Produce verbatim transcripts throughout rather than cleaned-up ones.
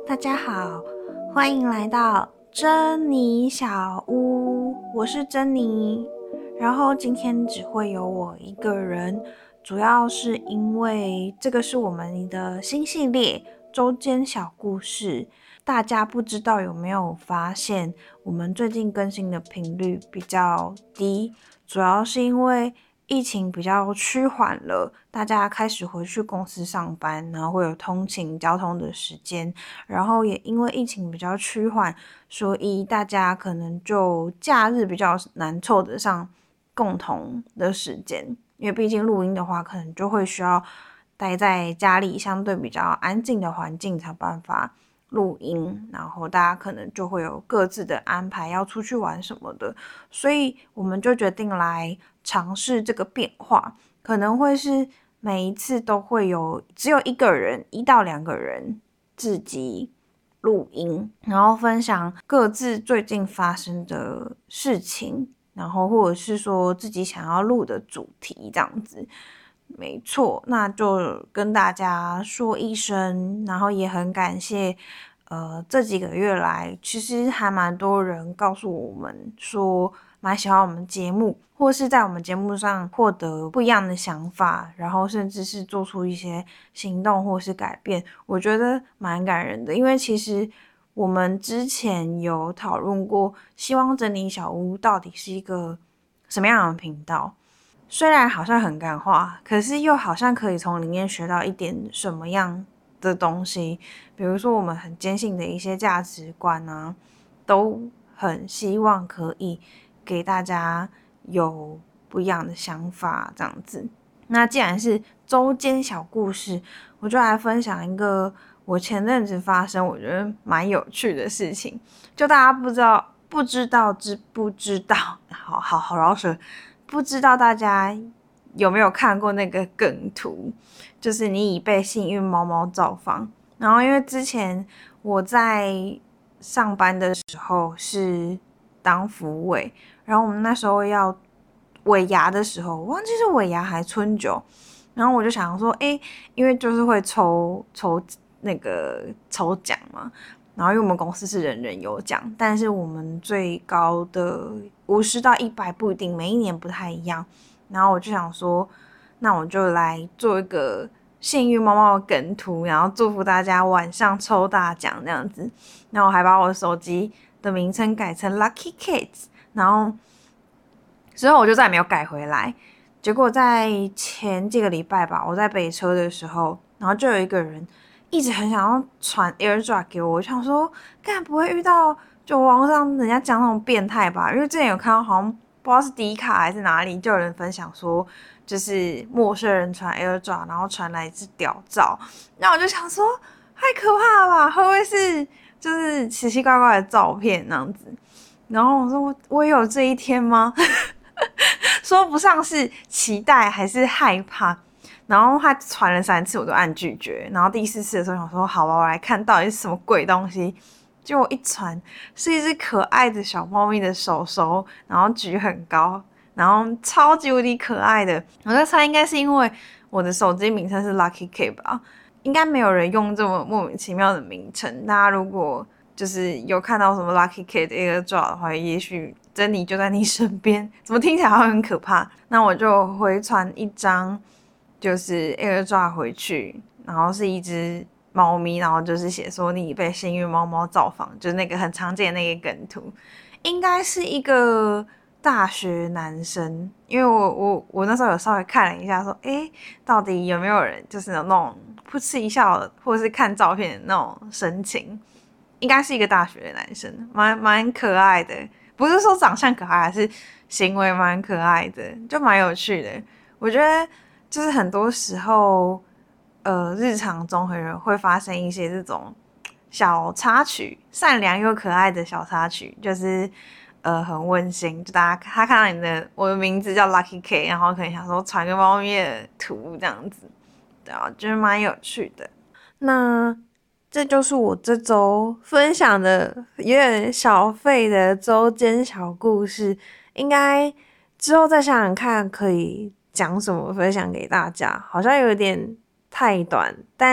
大家好，欢迎来到珍妮小屋，我是珍妮。然后今天只会有我一个人，主要是因为这个是我们的新系列周间小故事。大家不知道有没有发现，我们最近更新的频率比较低，主要是因为疫情比较趋缓了，大家开始回去公司上班，然后会有通勤交通的时间，然后也因为疫情比较趋缓，所以大家可能就假日比较难凑得上共同的时间，因为毕竟录音的话，可能就会需要待在家里相对比较安静的环境才有办法录音，然后大家可能就会有各自的安排，要出去玩什么的，所以我们就决定来尝试这个变化，可能会是每一次都会有只有一个人，一到两个人自己录音，然后分享各自最近发生的事情，然后或者是说自己想要录的主题这样子。没错，那就跟大家说一声，然后也很感谢，呃，这几个月来，其实还蛮多人告诉我们说，蛮喜欢我们节目，或是在我们节目上获得不一样的想法，然后甚至是做出一些行动或是改变，我觉得蛮感人的，因为其实我们之前有讨论过，希望珍妮小屋到底是一个什么样的频道。虽然好像很干话，可是又好像可以从里面学到一点什么样的东西，比如说我们很坚信的一些价值观啊，都很希望可以给大家有不一样的想法这样子。那既然是周间小故事，我就来分享一个我前阵子发生我觉得蛮有趣的事情，就大家不知道不知道知不知道，好好好饶舌。不知道大家有没有看过那个梗图，就是你已被幸运猫猫造访。然后因为之前我在上班的时候是当辅委，然后我们那时候要尾牙的时候，我忘记是尾牙还春酒，然后我就想说，哎，因为就是会抽抽那个抽奖嘛。然后因为我们公司是人人有奖，但是我们最高的五十到一百不一定，每一年不太一样。然后我就想说，那我就来做一个幸运猫猫的梗图，然后祝福大家晚上抽大奖这样子。然后我还把我的手机的名称改成 Lucky Kids， 然后之后我就再也没有改回来。结果在前几个礼拜吧，我在北车的时候，然后就有一个人一直很想要传 AirDrop 给我，我想说，干不会遇到就网络上人家讲那种变态吧？因为之前有看到好像不知道是迪卡还是哪里，就有人分享说，就是陌生人传 AirDrop， 然后传来是屌照，那我就想说，太可怕了吧？会不会是就是奇奇怪怪的照片那样子？然后我说我我有这一天吗？说不上是期待还是害怕。然后他传了三次，我都按拒绝。然后第四次的时候想说，好吧，我来看到底是什么鬼东西。结果一传是一只可爱的小猫咪的手手，然后举很高，然后超级无敌可爱的。我在猜应该是因为我的手机名称是 Lucky K 吧，应该没有人用这么莫名其妙的名称。大家如果就是有看到什么 Lucky K 的一个照的话，也许珍妮就在你身边。怎么听起来好像很可怕？那我就回传一张。就是 AirDrop 回去，然后是一只猫咪，然后就是写说你被幸运猫猫造访，就是那个很常见的那个梗图，应该是一个大学男生，因为我我我那时候有稍微看了一下，说，诶，到底有没有人就是有那种噗嗤一笑，或者是看照片的那种神情，应该是一个大学的男生，蛮蛮可爱的，不是说长相可爱，还是行为蛮可爱的，就蛮有趣的，我觉得。就是很多时候，呃，日常中很会发生一些这种小插曲，善良又可爱的小插曲，就是呃很温馨。就大家他看到你的我的名字叫 Lucky K， 然后可能想说传个猫咪的图这样子，对啊，就是蛮有趣的。那这就是我这周分享的有点小废的周间小故事，应该之后再想想看可以讲什么分享给大家，好像有点太短，但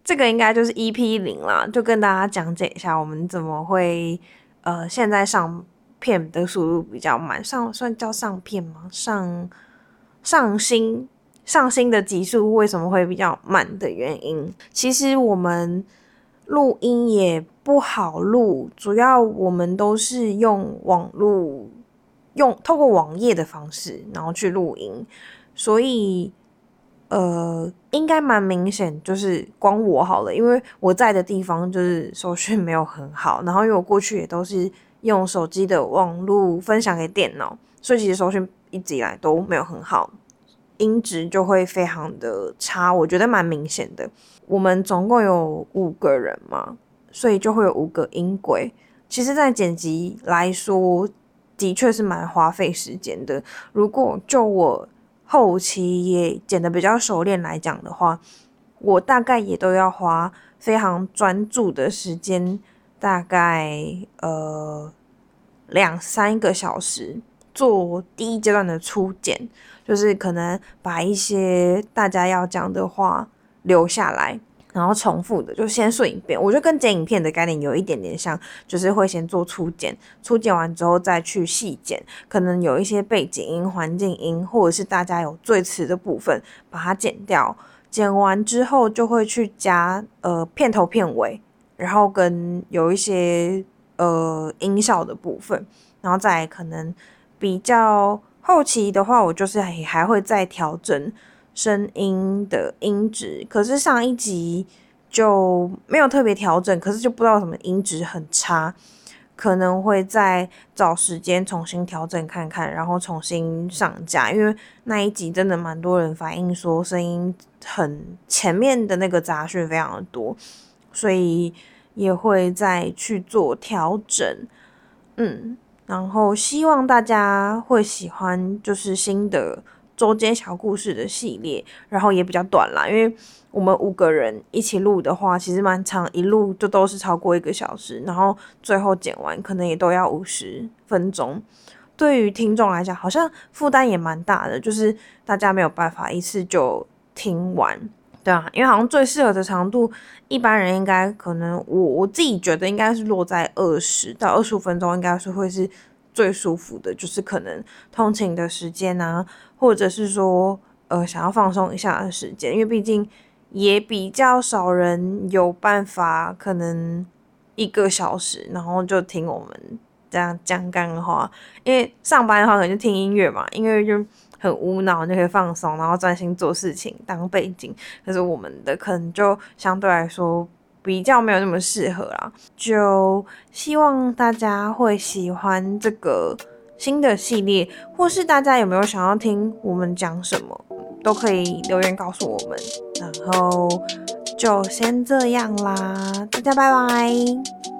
这个应该就是 E P 零啦，就跟大家讲解一下我们怎么会呃现在上片的速度比较慢，上算叫上片吗？上上新上新的集数为什么会比较慢的原因？其实我们录音也不好录，主要我们都是用网路用透过网页的方式，然后去录音，所以。呃，应该蛮明显，就是光我好了，因为我在的地方就是收讯没有很好，然后因为我过去也都是用手机的网络分享给电脑，所以其实收讯一直以来都没有很好，音质就会非常的差，我觉得蛮明显的。我们总共有五个人嘛，所以就会有五个音轨，其实在剪辑来说，的确是蛮花费时间的。如果就我后期也剪得比较熟练来讲的话，我大概也都要花非常专注的时间，大概呃两三个小时做第一阶段的初剪，就是可能把一些大家要讲的话留下来，然后重复的就先顺一遍。我觉得跟剪影片的概念有一点点像，就是会先做初剪，初剪完之后再去细剪，可能有一些背景音、环境音，或者是大家有最词的部分，把它剪掉。剪完之后就会去加呃片头片尾，然后跟有一些呃音效的部分，然后再可能比较后期的话，我就是还还会再调整声音的音质，可是上一集就没有特别调整，可是就不知道什么音质很差，可能会再找时间重新调整看看，然后重新上架，因为那一集真的蛮多人反映说声音很前面的那个杂讯非常的多，所以也会再去做调整，嗯，然后希望大家会喜欢就是新的周间小故事的系列，然后也比较短啦，因为我们五个人一起录的话，其实蛮长，一录就都是超过一个小时，然后最后剪完可能也都要五十分钟。对于听众来讲，好像负担也蛮大的，就是大家没有办法一次就听完，对啊，因为好像最适合的长度，一般人应该可能我我自己觉得应该是落在二十到二十五分钟，应该是会是最舒服的，就是可能通勤的时间啊，或者是说呃想要放松一下的时间，因为毕竟也比较少人有办法可能一个小时，然后就听我们这样讲干话，因为上班的话可能就听音乐嘛，音乐就很无脑，就可以放松，然后专心做事情当背景。可是我们的可能就相对来说比较没有那么适合啦，就希望大家会喜欢这个新的系列，或是大家有没有想要听我们讲什么，都可以留言告诉我们。然后就先这样啦，大家拜拜。